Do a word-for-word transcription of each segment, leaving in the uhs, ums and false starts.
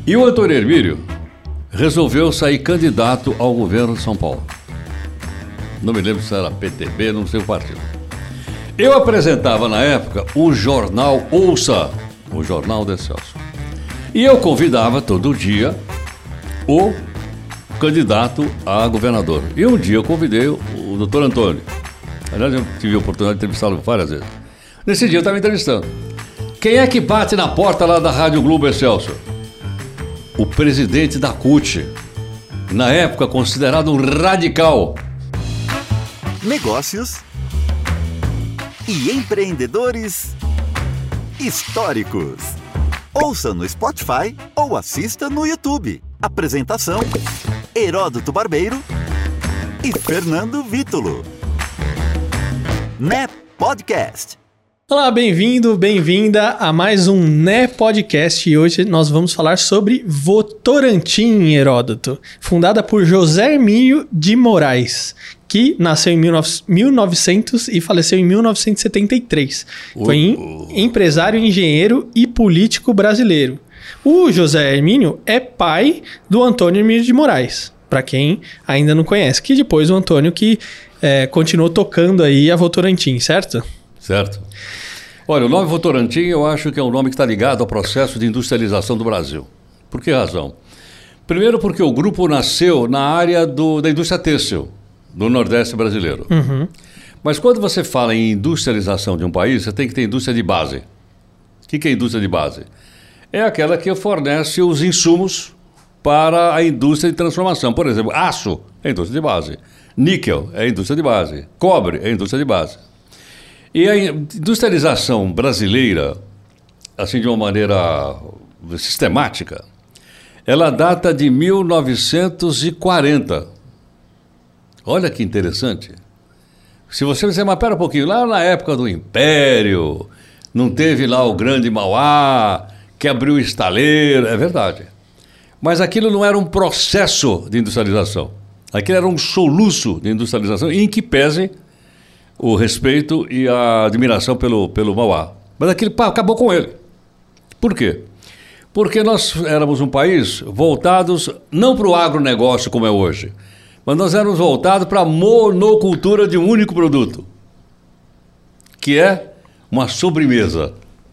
E o Antônio Hermínio resolveu sair candidato ao governo de São Paulo. Não me lembro se era P T B, não sei o partido. Eu apresentava na época o jornal Ouça, o jornal de Excelsior. E eu convidava todo dia o candidato a governador. E um dia eu convidei o, o doutor Antônio. Aliás, eu tive a oportunidade de entrevistá-lo várias vezes. Nesse dia eu estava entrevistando. Quem é que bate na porta lá da Rádio Globo Excelsior? O presidente da C U T, na época considerado um radical. Negócios e empreendedores históricos. Ouça no Spotify ou assista no YouTube. Apresentação: Heródoto Barbeiro e Fernando Vítulo. N E Podcast. Olá, bem-vindo, bem-vinda a mais um N E Podcast e hoje nós vamos falar sobre Votorantim, Heródoto, fundada por José Hermínio de Moraes, que nasceu em mil e novecentos e faleceu em mil novecentos e setenta e três. Uh, Foi uh. empresário, engenheiro e político brasileiro. O José Hermínio é pai do Antônio Hermínio de Moraes, para quem ainda não conhece, que depois o Antônio que é, continuou tocando aí a Votorantim, certo? Certo. Olha, o nome Votorantim eu acho que é um nome que está ligado ao processo de industrialização do Brasil. Por que razão? Primeiro porque o grupo nasceu na área do, da indústria têxtil, do Nordeste brasileiro. Uhum. Mas quando você fala em industrialização de um país, você tem que ter indústria de base. O que, que é indústria de base? É aquela que fornece os insumos para a indústria de transformação. Por exemplo, aço é indústria de base, níquel é indústria de base, cobre é indústria de base. E a industrialização brasileira, assim de uma maneira sistemática, ela data de mil novecentos e quarenta. Olha que interessante. Se você dizer, mas pera um pouquinho, lá na época do Império, não teve lá o grande Mauá, que abriu o estaleiro, é verdade. Mas aquilo não era um processo de industrialização. Aquilo era um soluço de industrialização, em que pese o respeito e a admiração pelo, pelo Mauá. Mas aquele pá, acabou com ele. Por quê? Porque nós éramos um país voltados não para o agronegócio como é hoje, mas nós éramos voltados para a monocultura de um único produto, que é uma sobremesa,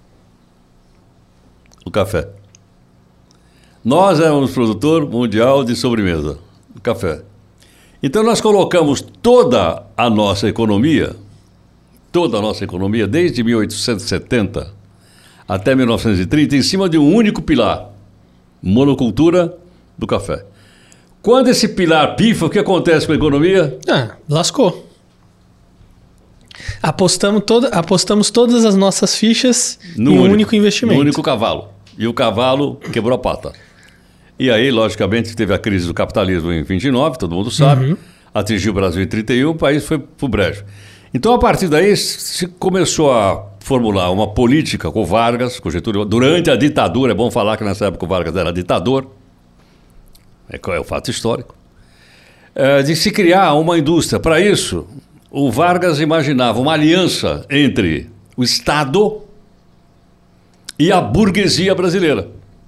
o café. Nós éramos produtor mundial de sobremesa, o café. Então nós colocamos toda a nossa economia, toda a nossa economia, desde mil oitocentos e setenta até mil novecentos e trinta, em cima de um único pilar, monocultura do café. Quando esse pilar pifa, o que acontece com a economia? Ah, lascou. Apostamos, toda, apostamos todas as nossas fichas no em um único, único investimento. No único cavalo. E o cavalo quebrou a pata. E aí, logicamente, teve a crise do capitalismo em vinte e nove, todo mundo sabe, uhum. Atingiu o Brasil em trinta e um, o país foi pro brejo. Então, a partir daí, se começou a formular uma política com Vargas, com Getúlio, durante a ditadura, é bom falar que nessa época o Vargas era ditador, é, é o fato histórico, é, de se criar uma indústria. Para isso, o Vargas imaginava uma aliança entre o Estado e a burguesia brasileira.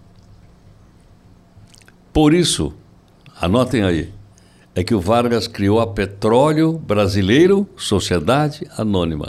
Por isso, anotem aí, é que o Vargas criou a Petróleo Brasileiro Sociedade Anônima.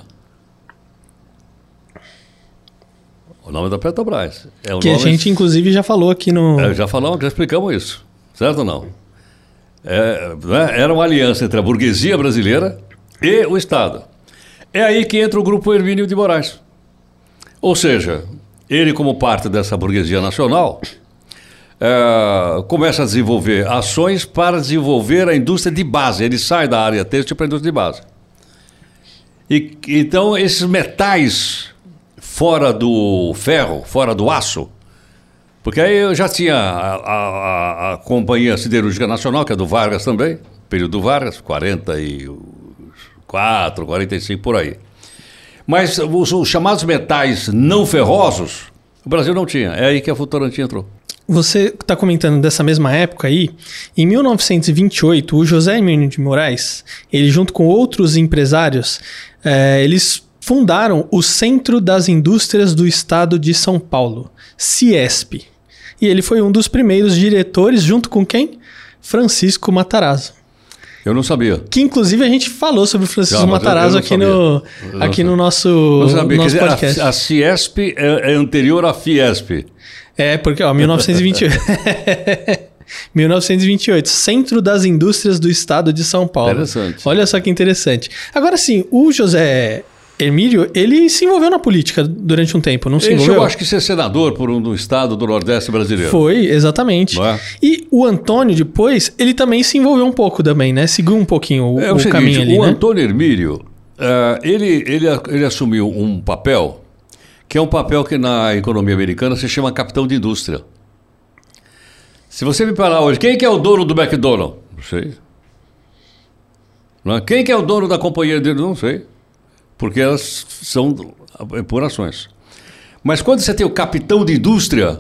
O nome da Petrobras. É o que nome... a gente, inclusive, já falou aqui no... É, já falamos, já explicamos isso, certo ou não? É, né? Era uma aliança entre a burguesia brasileira e o Estado. É aí que entra o grupo Hermínio de Moraes. Ou seja, ele como parte dessa burguesia nacional... É, começa a desenvolver ações para desenvolver a indústria de base. Ele sai da área têxtil para a indústria de base. E, então, esses metais fora do ferro, fora do aço, porque aí eu já tinha a, a, a Companhia Siderúrgica Nacional, que é do Vargas também, período do Vargas, quarenta e quatro, quarenta e cinco, por aí. Mas os, os chamados metais não ferrosos, o Brasil não tinha. É aí que a Votorantim entrou. Você está comentando dessa mesma época aí, em mil novecentos e vinte e oito, o José Hermínio de Moraes, ele junto com outros empresários, é, eles fundaram o Centro das Indústrias do Estado de São Paulo, CIESP. E ele foi um dos primeiros diretores, junto com quem? Francisco Matarazzo. Eu não sabia. Que inclusive a gente falou sobre o Francisco Não, Matarazzo eu- eu aqui, não no, sabia. aqui no nosso, Não sabia. Quer nosso dizer, podcast. a, a Ciesp é, é anterior à Fiesp. É, porque, ó, mil novecentos e vinte e oito. mil novecentos e vinte e oito, Centro das Indústrias do Estado de São Paulo. Interessante. Olha só que interessante. Agora sim, o José Hermílio, ele se envolveu na política durante um tempo, não se Ele envolveu? chegou, acho que, ser senador por um do estado do Nordeste brasileiro. Foi, exatamente. Não é? E o Antônio, depois, ele também se envolveu um pouco também, né? Seguiu um pouquinho o, É o o seguinte, caminho ali, o né? Antônio Hermílio, eh, ele, ele, ele assumiu um papel que é um papel que na economia americana se chama capitão de indústria. Se você me parar hoje, quem que é o dono do McDonald's? Não sei. Não é? Quem que é o dono da companhia dele? Não sei. Porque elas são por ações. Mas quando você tem o capitão de indústria,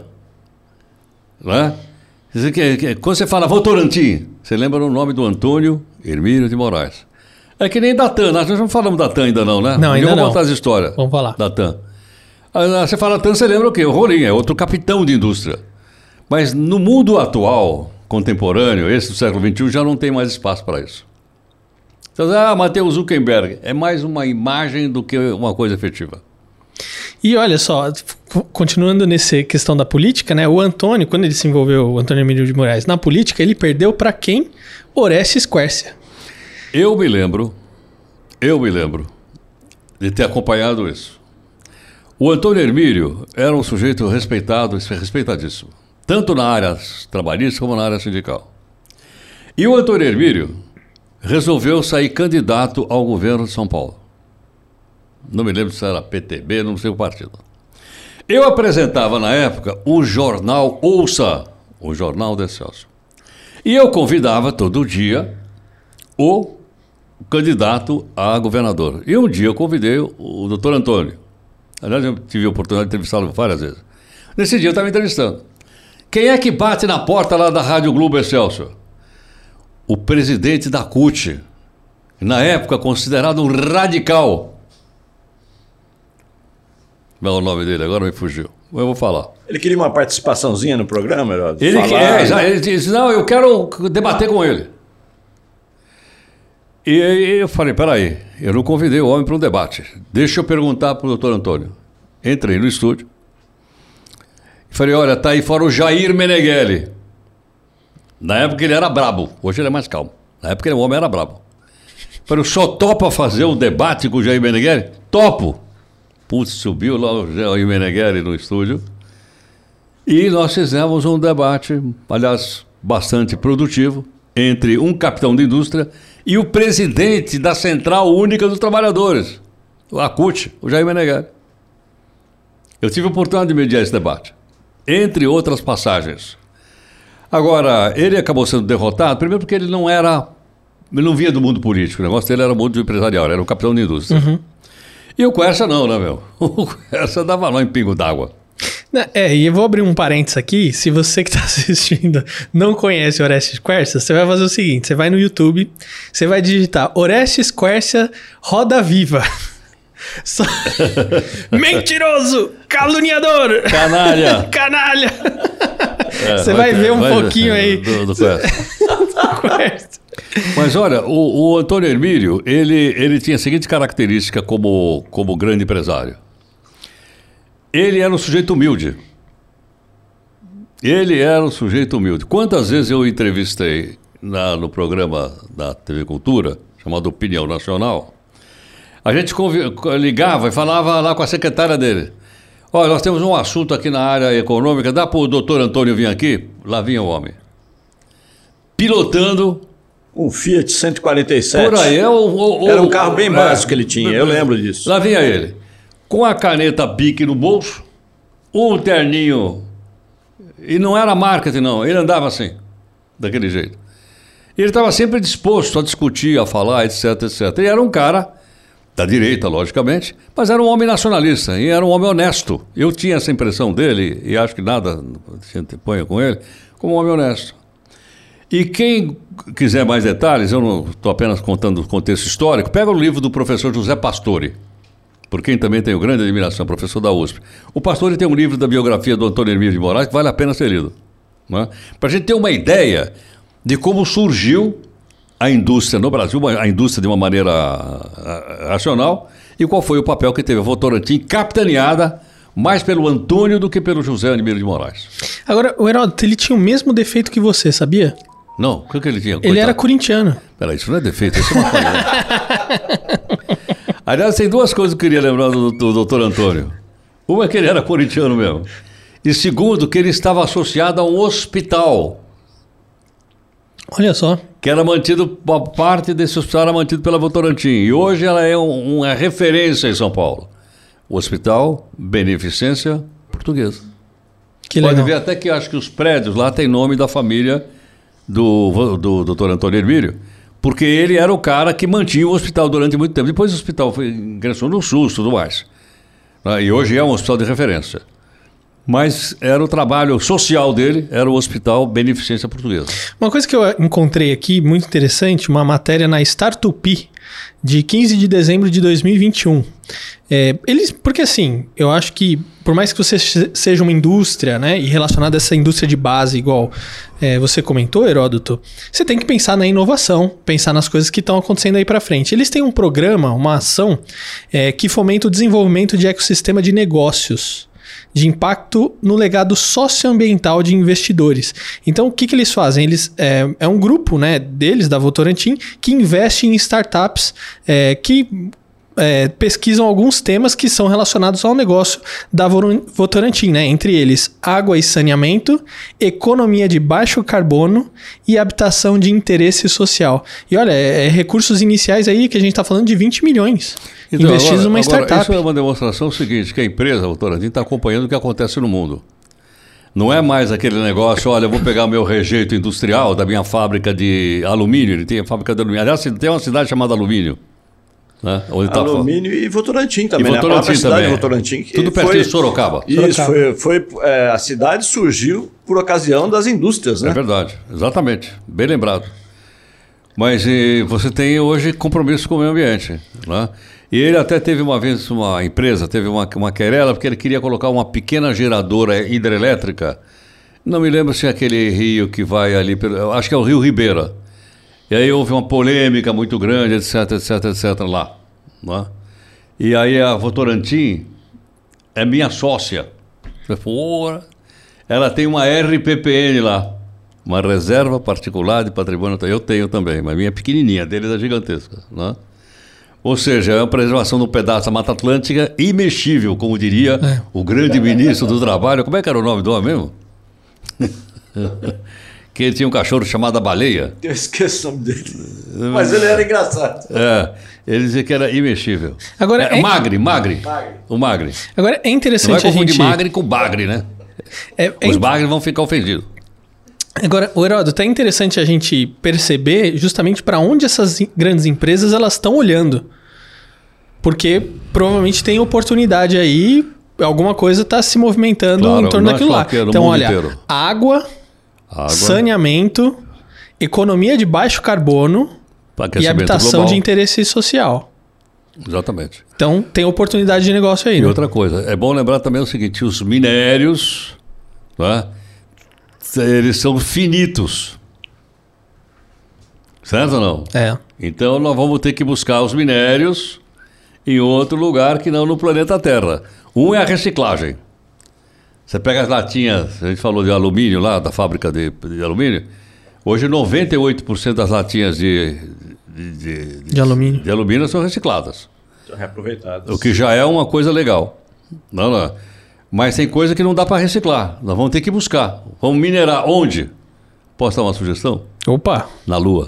né? Quer dizer que- que- quando você fala Votorantim, você lembra o nome do Antônio Hermílio de Moraes. É que nem da TAM, nós não falamos da TAM ainda não, né? Não, ainda Vamos não. contar as histórias Vamos falar. da TAM. Ah, Você fala TAM, você lembra o quê? O Rolim, é outro capitão de indústria. Mas no mundo atual, contemporâneo, esse do século vinte e um, já não tem mais espaço para isso. Então, ah, Matheus Zuckerberg, é mais uma imagem do que uma coisa efetiva. E olha só, f- continuando nessa questão da política, né? O Antônio, quando ele se envolveu, o Antônio Hermílio de Moraes, na política, ele perdeu para quem? Orestes Quércia. Eu me lembro, eu me lembro de ter acompanhado isso. O Antônio Hermílio era um sujeito respeitado, respeitadíssimo, tanto na área trabalhista como na área sindical. E o Antônio Hermílio resolveu sair candidato ao governo de São Paulo. Não me lembro se era P T B, não sei o partido. Eu apresentava na época o jornal Ouça, o jornal de Celso. E eu convidava todo dia o candidato a governador. E um dia eu convidei o doutor Antônio. Aliás, eu tive a oportunidade de entrevistá-lo várias vezes. Nesse dia eu estava entrevistando. Quem é que bate na porta lá da Rádio Globo Excelsior? O presidente da C U T, na época considerado um radical. Qual é o nome dele? Agora me fugiu. Eu vou falar. Ele queria uma participações no programa, Heródoto? Ele, Falar, é, já, ele disse, não, eu quero debater com ele. E aí eu falei, peraí, eu não convidei o homem para um debate. Deixa eu perguntar para o doutor Antônio. Entrei no estúdio. E falei, olha, tá aí fora o Jair Meneghelli. Na época ele era brabo, hoje ele é mais calmo. Na época ele, o homem era brabo. Falei, o senhor topa fazer um debate com o Jair Meneghelli? Topo. Putz, subiu lá o Jair Meneghelli no estúdio. E nós fizemos um debate, aliás, bastante produtivo, entre um capitão de indústria e o presidente da Central Única dos Trabalhadores, a C U T, o Jair Meneghelli. Eu tive a oportunidade de mediar esse debate, entre outras passagens. Agora, ele acabou sendo derrotado, primeiro porque ele não era, ele não vinha do mundo político, o negócio dele era o mundo empresarial, era um capitão de indústria. Uhum. E o Quércia não, né, meu? O Quércia dava nó em pingo d'água. É, e eu vou abrir um parênteses aqui. Se você que está assistindo não conhece Orestes Quércia, você vai fazer o seguinte: você vai no YouTube, você vai digitar Orestes Quércia Roda Viva. Só... Mentiroso! Caluniador! Canalha! Canalha! É, você vai, vai ver um vai, pouquinho aí. Do, do Quércia. Mas olha, o, o Antônio Hermílio, ele, ele tinha a seguinte característica como, como grande empresário. Ele era um sujeito humilde. Ele era um sujeito humilde. Quantas vezes eu entrevistei na, no programa da T V Cultura, chamado Opinião Nacional, a gente convi- ligava e falava lá com a secretária dele. Olha, nós temos um assunto aqui na área econômica, dá para o doutor Antônio vir aqui? Lá vinha o homem. Pilotando... Um Fiat cento e quarenta e sete. Por aí. É o, o, Era um o- carro bem é, básico que ele tinha, eu lembro disso. Lá vinha ele. Com a caneta Bic no bolso, um terninho. E não era marketing, não. Ele andava assim, daquele jeito. E ele estava sempre disposto a discutir, a falar, etc, etcétera. E era um cara da direita, logicamente, mas era um homem nacionalista e era um homem honesto. Eu tinha essa impressão dele, e acho que nada se antepõe com ele, como um homem honesto. E quem quiser mais detalhes, eu não estou apenas contando o contexto histórico, pega o livro do professor José Pastore. por quem também tenho grande admiração, professor da U S P. O Pastore tem um livro da biografia do Antônio Hermílio de Moraes que vale a pena ser lido. Né? Para a gente ter uma ideia de como surgiu a indústria no Brasil, a indústria de uma maneira racional, e qual foi o papel que teve a Votorantim, capitaneada mais pelo Antônio do que pelo José Hermílio de Moraes. Agora, o Heródoto, ele tinha o mesmo defeito que você, sabia? Não, o que, que ele tinha? Coitado. Ele era corintiano. Peraí, isso não é defeito, isso é uma coisa. Aliás, tem duas coisas que eu queria lembrar do, do doutor Antônio. Uma é que ele era corintiano mesmo. E segundo, que ele estava associado a um hospital. Olha só. Que era mantido, uma parte desse hospital era mantido pela Votorantim. E hoje ela é um, uma referência em São Paulo. O Hospital Beneficência Portuguesa. Que Pode legal. ver até que acho que os prédios lá tem nome da família do, do doutor Antônio Hermílio, porque ele era o cara que mantinha o hospital durante muito tempo. Depois o hospital foi, ingressou no SUS e tudo mais. E hoje é um hospital de referência. Mas era o trabalho social dele, era o Hospital Beneficência Portuguesa. Uma coisa que eu encontrei aqui, muito interessante, uma matéria na Startupi, de quinze de dezembro de dois mil e vinte e um. É, eles, porque assim, eu acho que por mais que você seja uma indústria, né, e relacionada a essa indústria de base, igual é, você comentou, Heródoto, você tem que pensar na inovação, pensar nas coisas que estão acontecendo aí para frente. Eles têm um programa, uma ação é, que fomenta o desenvolvimento de ecossistema de negócios, de impacto no legado socioambiental de investidores. Então, o que, que eles fazem? Eles, é, é um grupo, né, deles, da Votorantim, que investe em startups é, que é, pesquisam alguns temas que são relacionados ao negócio da Votorantim, né? Entre eles, água e saneamento, economia de baixo carbono e habitação de interesse social. E olha, é, é recursos iniciais aí que a gente está falando de vinte milhões. Então, investidos agora, numa agora, startup. Isso é uma demonstração seguinte, que a empresa, a Votorantim, está acompanhando o que acontece no mundo. Não é mais aquele negócio, olha, eu vou pegar o meu rejeito industrial da minha fábrica de alumínio, ele tem a fábrica de alumínio. Aliás, tem uma cidade chamada Alumínio. Né? Alumínio tá... e Votorantim também, e Votorantim, né? A própria cidade também. de Votorantim. Tudo pertinho de Sorocaba. Isso, Sorocaba. foi, foi é, a cidade surgiu por ocasião das indústrias, né? É verdade, exatamente, bem lembrado. Mas e, você tem hoje compromisso com o meio ambiente, né? E ele até teve uma vez, uma empresa, teve uma, uma querela, porque ele queria colocar uma pequena geradora hidrelétrica. Não me lembro se é aquele rio que vai ali, pelo, acho que é o Rio Ribeira. E aí houve uma polêmica muito grande, etc, etc, etc lá. Né? E aí a Votorantim é minha sócia. Porra. Ela tem uma R P P N lá, uma reserva particular de patrimônio. Eu tenho também, mas minha é pequenininha, a dele é gigantesca. Né? Ou seja, é uma preservação de um pedaço da Mata Atlântica imexível, como diria é. o grande ministro do Trabalho. Como é que era o nome do homem mesmo? Que ele tinha um cachorro chamado Baleia. Eu esqueço o nome dele. Mas ele era engraçado. É, ele dizia que era imexível. Agora, é, é... Magre, Magre. Magre. O Magre. Agora é interessante Não vai confundir a gente... Magre com Bagre, né? É, é... Os Bagres vão ficar ofendidos. Agora, o Heródoto, é interessante a gente perceber justamente para onde essas grandes empresas elas estão olhando. Porque provavelmente tem oportunidade aí, alguma coisa está se movimentando claro, em torno daquilo lá. Então, olha, inteiro. água, água, saneamento, economia de baixo carbono e habitação global. De interesse social. Exatamente. Então, tem oportunidade de negócio aí. E né? outra coisa, é bom lembrar também o seguinte, os minérios, né, eles são finitos. Certo ou não? É. Então, nós vamos ter que buscar os minérios em outro lugar que não no planeta Terra. Um é a reciclagem. Você pega as latinhas, a gente falou de alumínio lá, da fábrica de, de alumínio. Hoje noventa e oito por cento das latinhas de, de, de, de, alumínio. de alumínio são recicladas. São reaproveitadas. O que já é uma coisa legal. Não, não. Mas tem coisa que não dá para reciclar. Nós vamos ter que buscar. Vamos minerar onde? Posso dar uma sugestão? Opa! Na Lua.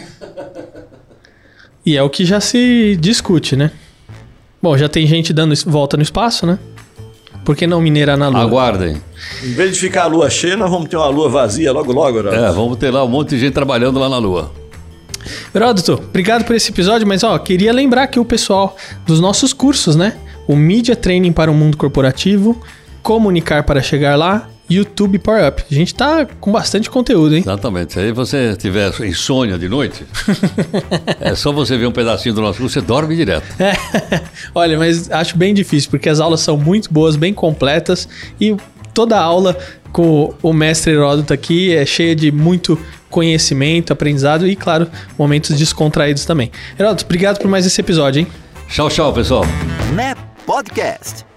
E é o que já se discute, né? Bom, já tem gente dando volta no espaço, né? Por que não minerar na Lua? Aguardem. Em vez de ficar a Lua cheia, nós vamos ter uma Lua vazia logo, logo, Heródoto. É, vamos ter lá um monte de gente trabalhando lá na Lua. Heródoto, obrigado por esse episódio, mas ó, queria lembrar aqui o pessoal dos nossos cursos, né? O Media Training para o Mundo Corporativo, Comunicar para Chegar Lá YouTube Power Up. A gente tá com bastante conteúdo, hein? Exatamente. Se aí você tiver insônia de noite, é só você ver um pedacinho do nosso curso, você dorme direto. É. Olha, mas acho bem difícil, porque as aulas são muito boas, bem completas, e toda a aula com o mestre Heródoto aqui é cheia de muito conhecimento, aprendizado e, claro, momentos descontraídos também. Heródoto, obrigado por mais esse episódio, hein? Tchau, tchau, pessoal. N E P Podcast.